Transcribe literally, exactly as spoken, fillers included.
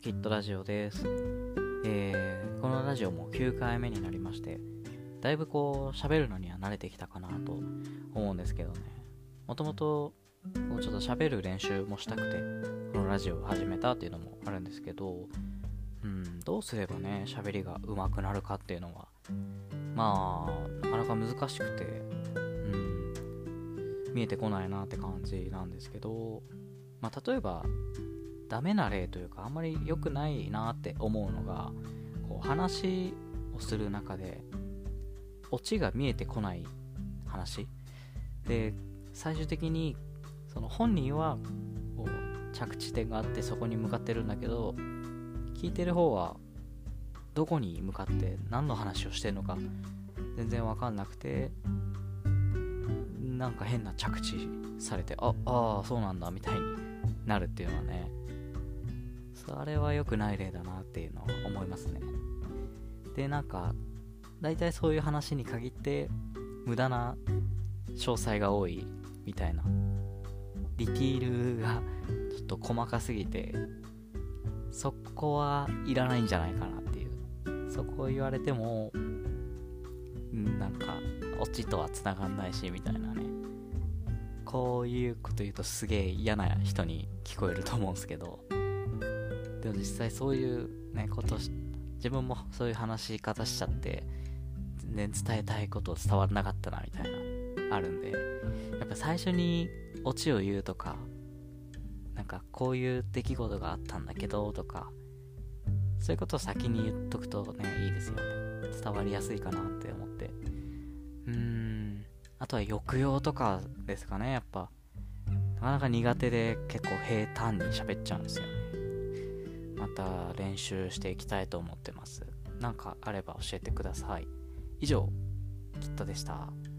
キットラジオです。えー、このラジオもきゅうかいめになりまして、だいぶこう喋るのには慣れてきたかなと思うんですけどね。もともとこうちょっと喋る練習もしたくてこのラジオを始めたっていうのもあるんですけど、うん、どうすればね喋りが上手くなるかっていうのはまあなかなか難しくて、うん、見えてこないなって感じなんですけど、まあ例えばダメな例というかあんまり良くないなって思うのが、こう話をする中でオチが見えてこない話で、最終的にその本人はこう着地点があってそこに向かってるんだけど、聞いてる方はどこに向かって何の話をしてるのか全然分かんなくて、なんか変な着地されてああそうなんだみたいになるっていうのはね、それは良くない例だなっていうのは思いますね。で、なんかだいたいそういう話に限って無駄な詳細が多いみたいな、ディティールがちょっと細かすぎてそこはいらないんじゃないかなっていう、そこを言われてもなんかオチとはつながんないしみたいなね、こういうこと言うとすげえ嫌な人に聞こえると思うんですけど、でも実際そういうねことし、自分もそういう話し方しちゃって全然伝えたいこと伝わらなかったなみたいなあるんで、やっぱ最初にオチを言うとか、なんかこういう出来事があったんだけどとか、そういうことを先に言っとくとねいいですよね。伝わりやすいかなって思って、うーんあとは抑揚とかですかね。やっぱなかなか苦手で結構平坦に喋っちゃうんですよね。また練習していきたいと思ってます。なんかあれば教えてください。以上、キットでした。